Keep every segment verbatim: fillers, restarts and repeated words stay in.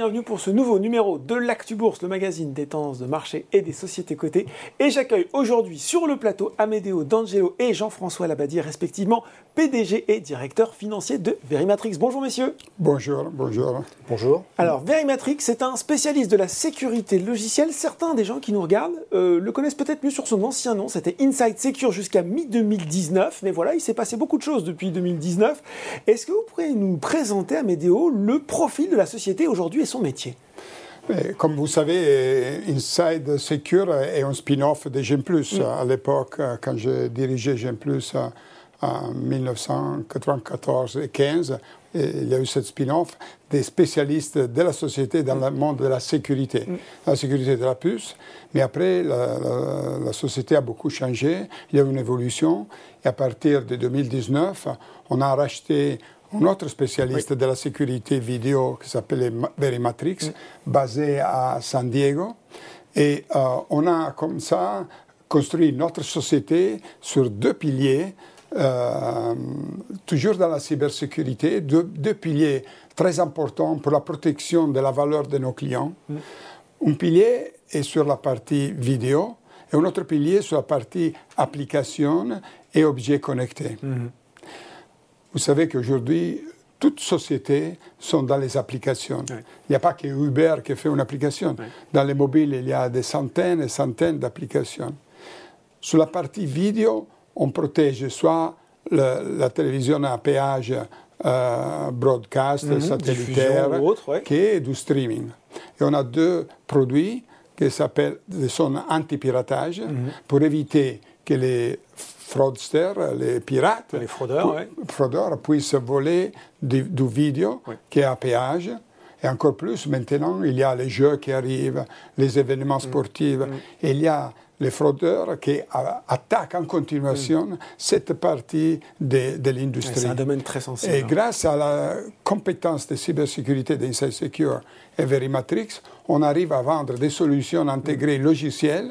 bienvenue pour ce nouveau numéro de l'Actu Bourse, le magazine des tendances de marché et des sociétés cotées. Et j'accueille aujourd'hui sur le plateau Amedeo D'Angelo et Jean-François Labadie, respectivement P D G et directeur financier de Verimatrix. Bonjour messieurs. Bonjour, bonjour. Bonjour. Alors Verimatrix, c'est un spécialiste de la sécurité logicielle. Certains des gens qui nous regardent euh, le connaissent peut-être mieux sur son ancien nom. C'était Inside Secure jusqu'à mi deux mille dix-neuf. Mais voilà, il s'est passé beaucoup de choses depuis deux mille dix-neuf. Est-ce que vous pourriez nous présenter, Amedeo, le profil de la société aujourd'hui et son métier? Comme vous savez, Inside Secure est un spin-off de Gen Plus. Mm. À l'époque, quand je dirigeais Gen Plus en dix-neuf cent quatre-vingt-quatorze et quinze, il y a eu ce spin-off des spécialistes de la société dans mm. le monde de la sécurité, mm. la sécurité de la puce. Mais après, la, la, la société a beaucoup changé, il y a eu une évolution. Et à partir de deux mille dix-neuf, on a racheté un autre spécialiste oui. de la sécurité vidéo qui s'appelait Verimatrix, oui. basé à San Diego. Et euh, on a comme ça construit notre société sur deux piliers, euh, toujours dans la cybersécurité, deux, deux piliers très importants pour la protection de la valeur de nos clients. Oui. Un pilier est sur la partie vidéo et un autre pilier sur la partie application et objets connectés. Mm-hmm. Vous savez qu'aujourd'hui, toutes sociétés sont dans les applications. Oui. Il n'y a pas que Uber qui fait une application. Oui. Dans les mobiles, il y a des centaines et centaines d'applications. Sur la partie vidéo, on protège soit le, la télévision à péage euh, broadcast, mm-hmm. satellitaire, autre, ouais. qui est du streaming. Et on a deux produits qui s'appellent, sont anti-piratage, mm-hmm. pour éviter que les fraudsters, les pirates, les fraudeurs, pu- ouais. fraudeurs puissent voler du, du vidéo oui. qui est à péage. Et encore plus, maintenant, il y a les jeux qui arrivent, les événements sportifs. Mm. Et il y a les fraudeurs qui a, attaquent en continuation mm. cette partie de, de l'industrie. Ouais, c'est un domaine très sensible. Et grâce à la compétence de cybersécurité d'Inside Secure et Verimatrix, on arrive à vendre des solutions intégrées mm. logicielles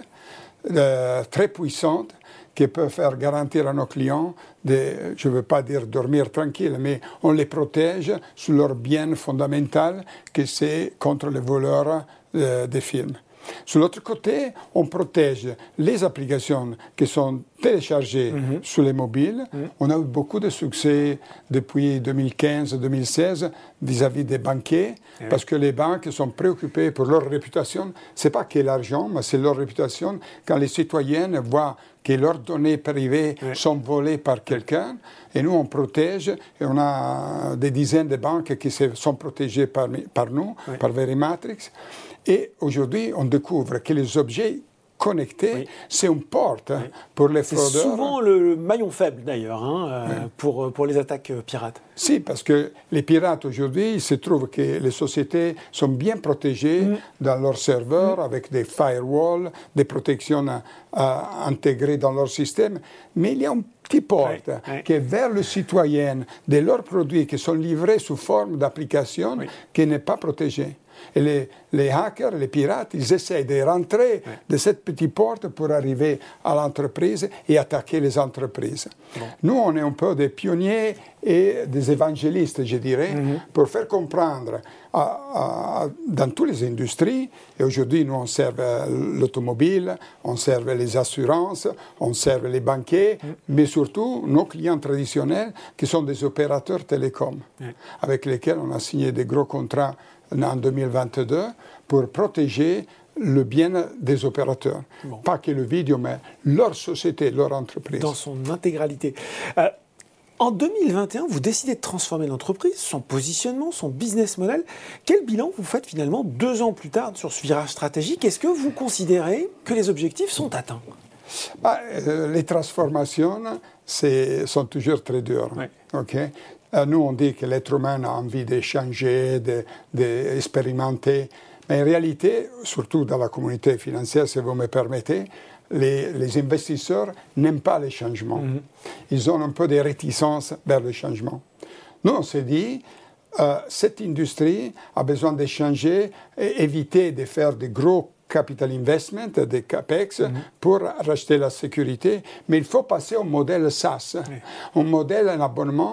euh, très puissantes qui peuvent faire garantir à nos clients, de, je ne veux pas dire dormir tranquille, mais on les protège sur leur bien fondamental, que c'est contre les voleurs euh, des films. Sur l'autre côté, on protège les applications qui sont téléchargées mm-hmm. sur les mobiles. Mm-hmm. On a eu beaucoup de succès depuis deux mille quinze deux mille seize vis-à-vis des banquiers, mm-hmm. parce que les banques sont préoccupées pour leur réputation. Ce n'est pas que l'argent, mais c'est leur réputation. Quand les citoyens voient que leurs données privées mm-hmm. sont volées par quelqu'un, et nous on protège, et on a des dizaines de banques qui sont protégées par, par nous, mm-hmm. par Verimatrix. Et aujourd'hui, on découvre que les objets connectés, oui. c'est une porte oui. pour les fraudeurs. C'est souvent le maillon faible d'ailleurs hein, euh, oui. pour, pour les attaques pirates. Si, parce que les pirates aujourd'hui, il se trouve que les sociétés sont bien protégées mm. dans leurs serveurs mm. avec des firewalls, des protections euh, intégrées dans leur système. Mais il y a une petite porte oui. Oui. qui est vers le citoyen de leurs produits qui sont livrés sous forme d'application oui. qui n'est pas protégée. Et les, les hackers, les pirates, ils essaient de rentrer oui. de cette petite porte pour arriver à l'entreprise et attaquer les entreprises. Bon. Nous, on est un peu des pionniers et des évangélistes, je dirais, mm-hmm. pour faire comprendre à, à, dans toutes les industries. Et aujourd'hui, nous, on sert l'automobile, on sert les assurances, on sert les banquiers, mm. mais surtout nos clients traditionnels qui sont des opérateurs télécoms, mm. avec lesquels on a signé des gros contrats en deux mille vingt-deux pour protéger le bien des opérateurs. Bon. Pas que le vidéo, mais leur société, leur entreprise. Dans son intégralité. Euh, en deux mille vingt et un, vous décidez de transformer l'entreprise, son positionnement, son business model. Quel bilan vous faites finalement deux ans plus tard sur ce virage stratégique? Est-ce que vous considérez que les objectifs sont atteints? bah, euh, Les transformations c'est, sont toujours très dures. Oui. Okay? Nous, on dit que l'être humain a envie d'échanger, d'expérimenter. Mais en réalité, surtout dans la communauté financière, si vous me permettez, les, les investisseurs n'aiment pas les changements. Mm-hmm. Ils ont un peu de réticence vers le changement. Nous, on s'est dit, euh, cette industrie a besoin de changer et éviter de faire de gros capital investment, des CAPEX, mm-hmm. pour racheter la sécurité. Mais il faut passer au modèle SaaS, oui. un modèle, un abonnement,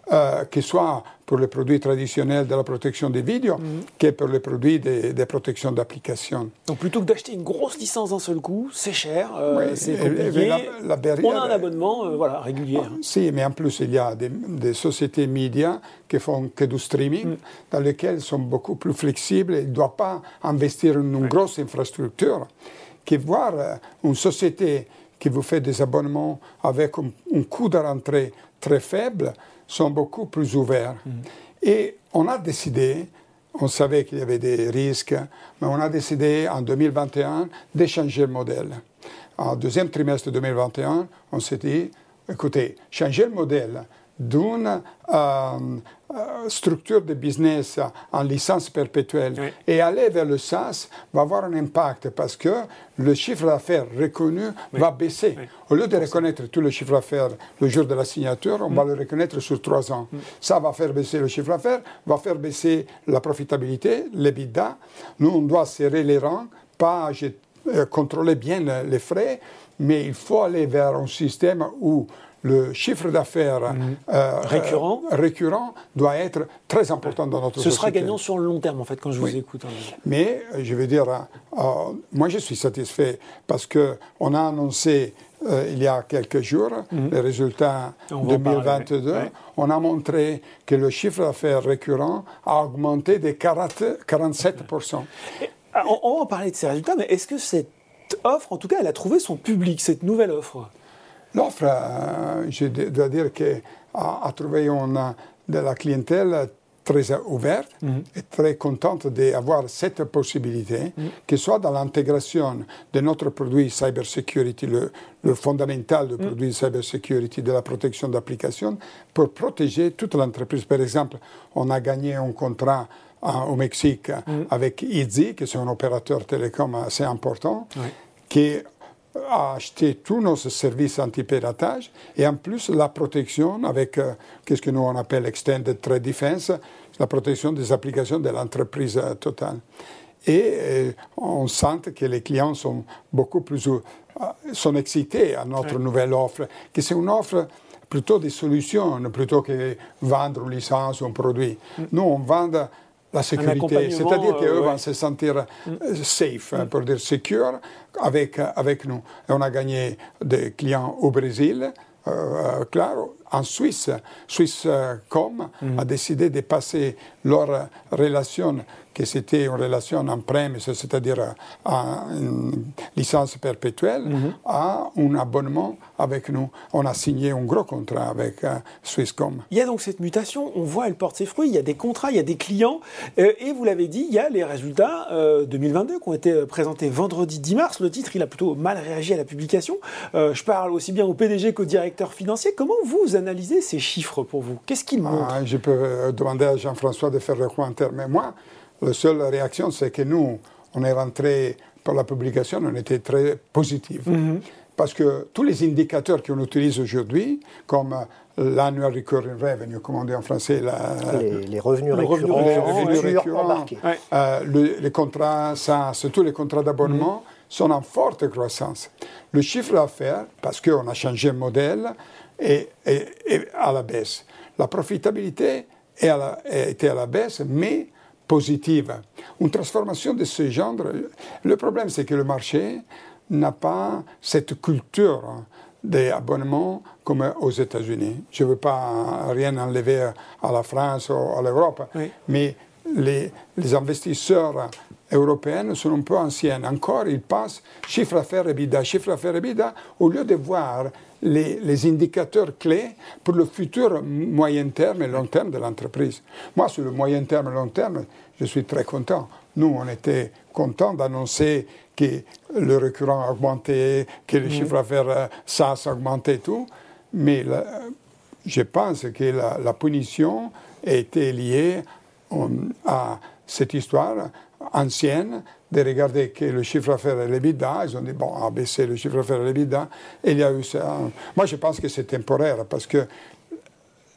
euh, que ce soit pour les produits traditionnels de la protection des vidéos, mm-hmm. que pour les produits de, de protection d'application. Donc plutôt que d'acheter une grosse licence d'un seul coup, c'est cher, euh, oui, c'est compliqué, la, la barrière, on a un abonnement euh, voilà, régulier. Ah, si, mais en plus il y a des, des sociétés médias qui font que du streaming, mm. dans lesquelles sont beaucoup plus flexibles et ne doivent pas investir en une oui. grosse infrastructure, que voir euh, une société qui vous fait des abonnements avec un, un coût de rentrée très faible, sont beaucoup plus ouverts. Mm. Et on a décidé, on savait qu'il y avait des risques, mais on a décidé en deux mille vingt et un de changer le modèle. En deuxième trimestre deux mille vingt et un, on s'est dit, écoutez, changer le modèle d'une euh, euh, structure de business en licence perpétuelle oui. et aller vers le SaaS va avoir un impact parce que le chiffre d'affaires reconnu oui. va baisser. Oui. Au lieu de reconnaître tout le chiffre d'affaires le jour de la signature, on mm. va le reconnaître sur trois ans. Mm. Ça va faire baisser le chiffre d'affaires, va faire baisser la profitabilité, l'EBITDA. Nous, on doit serrer les rangs, pas euh, contrôler bien les frais, mais il faut aller vers un système où le chiffre d'affaires mmh. euh, récurrent. Euh, récurrent doit être très important dans notre Ce société. Ce sera gagnant sur le long terme, en fait, quand je oui. vous écoute. Hein. Mais, je veux dire, euh, moi, je suis satisfait parce qu'on a annoncé euh, il y a quelques jours mmh. les résultats deux mille vingt-deux. Parler, oui. On a montré que le chiffre d'affaires récurrent a augmenté de quarante-sept pour cent. Et, on, on va en parler de ces résultats, mais est-ce que cette offre, en tout cas, elle a trouvé son public, cette nouvelle offre ? L'offre, euh, je dois dire qu'elle a, a trouvé une, de la clientèle très ouverte mm-hmm. et très contente d'avoir cette possibilité, mm-hmm. que ce soit dans l'intégration de notre produit cybersecurity, le, le fondamental du mm-hmm. produit cybersecurity, de la protection d'application, pour protéger toute l'entreprise. Par exemple, on a gagné un contrat au Mexique mm. avec Izzi, qui est un opérateur télécom assez important, oui. qui a acheté tous nos services anti-piratage et en plus la protection avec euh, qu'est-ce que nous on appelle Extended Threat Defense, la protection des applications de l'entreprise euh, totale. Et euh, on sent que les clients sont beaucoup plus euh, sont excités à notre oui. nouvelle offre, que c'est une offre plutôt des solutions plutôt que vendre une licence ou un produit. Mm. Nous on vend la sécurité, c'est-à-dire qu'eux euh, vont ouais. se sentir mm. safe, mm. pour dire secure, avec, avec nous. Et on a gagné des clients au Brésil, euh, claro, en Suisse. Swisscom mm. a décidé de passer leur relation, que c'était une relation en premise, c'est-à-dire une licence perpétuelle, mm-hmm. à un abonnement avec nous. On a signé un gros contrat avec uh, Swisscom. Il y a donc cette mutation, on voit, elle porte ses fruits, il y a des contrats, il y a des clients, euh, et vous l'avez dit, il y a les résultats euh, deux mille vingt-deux qui ont été présentés vendredi dix mars. Le titre, il a plutôt mal réagi à la publication. Euh, je parle aussi bien au P D G qu'au directeur financier. Comment vous analysez ces chiffres pour vous? Qu'est-ce qu'ils montrent? ah, Je peux demander à Jean-François de faire le commentaire, mais moi, la seule réaction, c'est que nous, on est rentré par la publication, on était très positifs. Mm-hmm. Parce que tous les indicateurs qu'on utilise aujourd'hui, comme l'annual recurring revenue, comme on dit en français, la, les, les revenus récurrents, les revenus récurrents embarqués. Ouais. Euh, le, les contrats SaaS, tous les contrats d'abonnement mm-hmm. sont en forte croissance. Le chiffre d'affaires, parce qu'on a changé le modèle, est, est, est à la baisse. La profitabilité est à la, était à la baisse, mais positive. Une transformation de ce genre, le problème c'est que le marché n'a pas cette culture d'abonnement comme aux États-Unis. Je ne veux pas rien enlever à la France ou à l'Europe, oui. mais les, les investisseurs européens sont un peu anciens. Encore, ils passent chiffre d'affaires EBITDA, chiffre d'affaires EBITDA, au lieu de voir les, les indicateurs clés pour le futur moyen terme et long terme de l'entreprise. Moi, sur le moyen terme et long terme, je suis très content. Nous, on était contents d'annoncer que le récurrent a augmenté, que le mmh. chiffre d'affaires SaaS a augmenté et tout, mais la, je pense que la, la punition était liée um, à cette histoire ancienne de regarder que le chiffre d'affaires et l'EBITDA, ils ont dit, bon, on a baissé le chiffre d'affaires et l'EBITDA, et il y a eu ça. Moi, je pense que c'est temporaire, parce que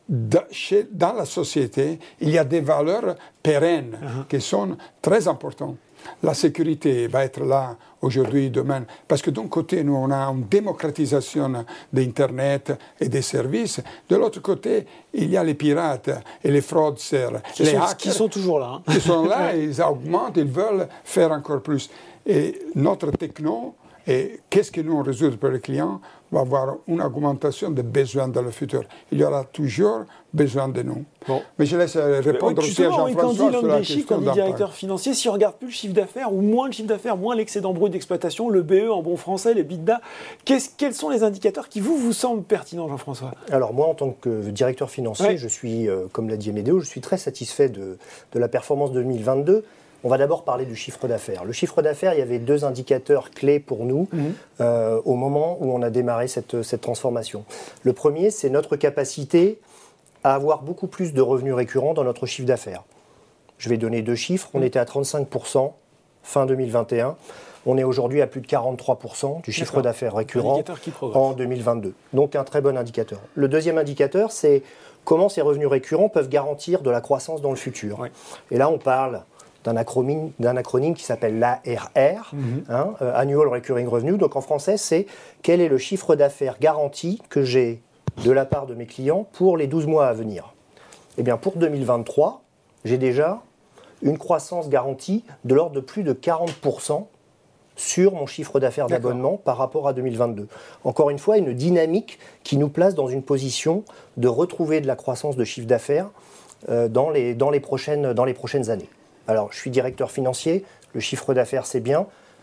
dans, chez, dans la société, il y a des valeurs pérennes uh-huh. qui sont très importantes. La sécurité va être là aujourd'hui, demain, parce que d'un côté, nous, on a une démocratisation d'Internet et des services. De l'autre côté, il y a les pirates et les fraudsters, qui les sont, hackers. Qui sont toujours là. Hein. Qui sont là, ils augmentent, ils veulent faire encore plus. Et notre techno, et qu'est-ce que nous on résout pour les clients, va avoir une augmentation des besoins dans le futur. Il y aura toujours besoin de nous. Bon. Mais je laisse répondre oui, aussi à Jean-François sur la question quand on dit directeur financier, si on regarde plus le chiffre d'affaires, ou moins le chiffre d'affaires, moins l'excédent brut d'exploitation, le B E en bon français, les EBITDA, quels sont les indicateurs qui vous, vous semblent pertinents, Jean-François? Alors moi, en tant que directeur financier, ouais. je suis, euh, comme l'a dit Amedeo, je suis très satisfait de, de la performance deux mille vingt-deux. On va d'abord parler du chiffre d'affaires. Le chiffre d'affaires, il y avait deux indicateurs clés pour nous mmh. euh, au moment où on a démarré cette, cette transformation. Le premier, c'est notre capacité à avoir beaucoup plus de revenus récurrents dans notre chiffre d'affaires. Je vais donner deux chiffres. On mmh. était à trente-cinq pour cent fin deux mille vingt et un. On est aujourd'hui à plus de quarante-trois pour cent du chiffre d'affaires récurrent en deux mille vingt-deux. Donc un très bon indicateur. Le deuxième indicateur, c'est comment ces revenus récurrents peuvent garantir de la croissance dans le futur. Oui. Et là, on parle d'un acronyme, d'un acronyme qui s'appelle l'A R R, mmh. hein, euh, Annual Recurring Revenue. Donc en français, c'est quel est le chiffre d'affaires garanti que j'ai de la part de mes clients pour les douze mois à venir. Eh bien, pour deux mille vingt-trois, j'ai déjà une croissance garantie de l'ordre de plus de quarante pour cent sur mon chiffre d'affaires D'accord. d'abonnement par rapport à deux mille vingt-deux. Encore une fois, une dynamique qui nous place dans une position de retrouver de la croissance de chiffre d'affaires euh, dans les, dans les prochaines, dans les prochaines années. Alors, je suis directeur financier, le chiffre d'affaires, c'est bien.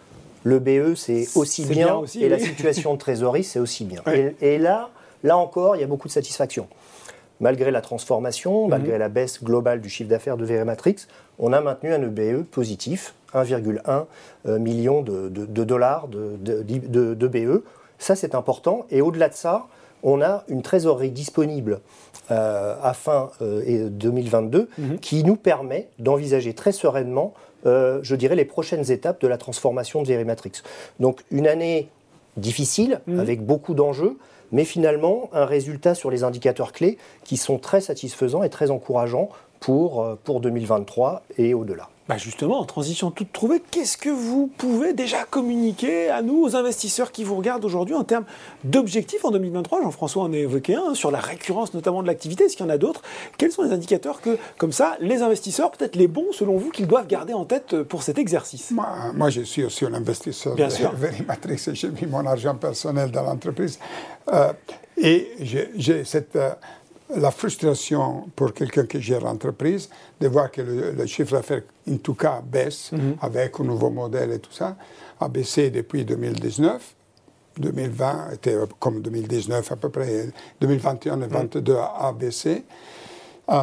Le B E, c'est aussi c'est bien. bien aussi, et oui. la situation de trésorerie, c'est aussi bien. Oui. Et, et là, là encore, il y a beaucoup de satisfaction. Malgré la transformation, mmh. malgré la baisse globale du chiffre d'affaires de Verimatrix, on a maintenu un E B E positif, un virgule un million de, de, de dollars de, de, de, de B E. Ça, c'est important. Et au-delà de ça, on a une trésorerie disponible euh, à fin euh, deux mille vingt-deux mmh. qui nous permet d'envisager très sereinement, euh, je dirais, les prochaines étapes de la transformation de Verimatrix. Donc, une année difficile, mmh. avec beaucoup d'enjeux, mais finalement, un résultat sur les indicateurs clés qui sont très satisfaisants et très encourageants pour, pour deux mille vingt-trois et au-delà. Bah justement, en transition toute trouvée, qu'est-ce que vous pouvez déjà communiquer à nous, aux investisseurs qui vous regardent aujourd'hui en termes d'objectifs en deux mille vingt-trois? Jean-François en a évoqué un, sur la récurrence notamment de l'activité. Est-ce qu'il y en a d'autres? Quels sont les indicateurs que, comme ça, les investisseurs, peut-être les bons selon vous, qu'ils doivent garder en tête pour cet exercice? Moi, moi je suis aussi un investisseur Bien de sûr. Verimatrix et j'ai mis mon argent personnel dans l'entreprise. Euh, et j'ai, j'ai cette... Euh, la frustration pour quelqu'un qui gère l'entreprise de voir que le, le chiffre d'affaires, en tout cas, baisse mm-hmm. avec un nouveau modèle et tout ça, a baissé depuis deux mille dix-neuf. deux mille vingt était comme deux mille dix-neuf à peu près. deux mille vingt et un et deux mille vingt-deux mm. a baissé. Euh,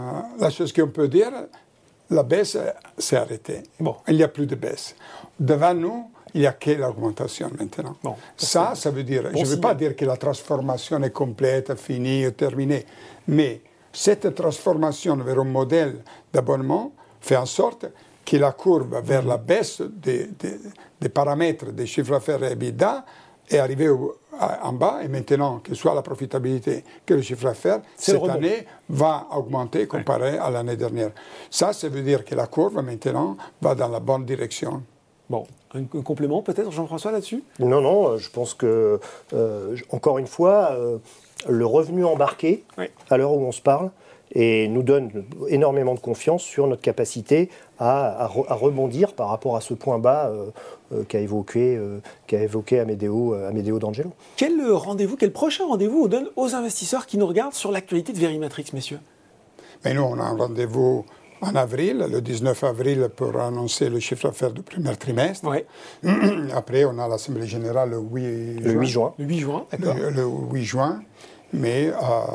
la chose qu'on peut dire, la baisse s'est arrêtée. Bon. Il n'y a plus de baisse. Devant nous, il n'y a que l'augmentation maintenant. Bon, ça, ça veut dire, bon je ne veux pas dire que la transformation est complète, finie, terminée, mais cette transformation vers un modèle d'abonnement fait en sorte que la courbe vers la baisse des, des, des paramètres des chiffres d'affaires et EBITDA est arrivée au, à, en bas, et maintenant, que soit la profitabilité que le chiffre d'affaires, cette année va augmenter comparé ouais. à l'année dernière. Ça, ça veut dire que la courbe maintenant va dans la bonne direction. Bon, un, un complément peut-être, Jean-François, là-dessus? Non, non, je pense que, euh, encore une fois, euh, le revenu embarqué, oui. à l'heure où on se parle, et nous donne énormément de confiance sur notre capacité à, à, re, à rebondir par rapport à ce point bas euh, euh, qu'a évoqué, euh, qu'a évoqué Amedeo, euh, Amedeo D'Angelo. Quel rendez-vous, quel prochain rendez-vous on donne aux investisseurs qui nous regardent sur l'actualité de Verimatrix, messieurs? Mais nous, on a un rendez-vous en avril, le dix-neuf avril, pour annoncer le chiffre d'affaires du premier trimestre. Oui. Après, on a l'Assemblée générale le huit juin. Le huit juin. Le huit juin, d'accord. Le, le huit juin. Mais, euh,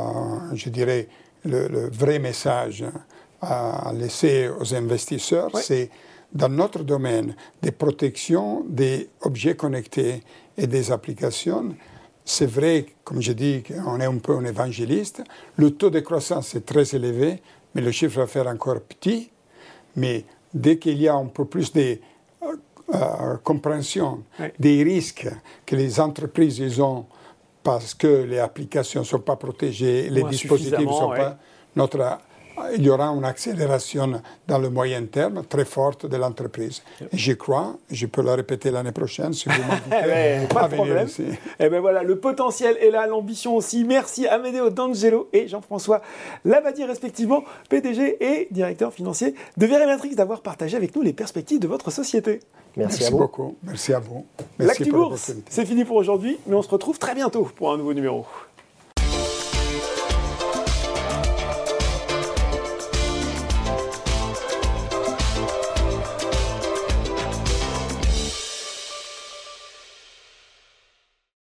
je dirais, le, le vrai message à laisser aux investisseurs, oui. c'est dans notre domaine de protection des objets connectés et des applications. C'est vrai, comme je dis, qu'on est un peu un évangéliste. Le taux de croissance est très élevé, mais le chiffre d'affaires est encore petit. Mais dès qu'il y a un peu plus de euh, compréhension oui. des risques que les entreprises ils ont parce que les applications ne sont pas protégées, les Ouais, dispositifs ne sont ouais. pas... Notre, il y aura une accélération dans le moyen terme très forte de l'entreprise. Et j'y crois, je peux la répéter l'année prochaine si vous m'invitez Ouais, pas à de venir problème. ici. Et ben voilà, le potentiel est là, l'ambition aussi. Merci Amedeo D'Angelo et Jean-François Labadie, respectivement, P D G et directeur financier de Verimatrix, d'avoir partagé avec nous les perspectives de votre société. Merci, Merci à vous. beaucoup. Merci à vous. Merci L'Actu pour Bourse, l'opportunité. c'est fini pour aujourd'hui, mais on se retrouve très bientôt pour un nouveau numéro.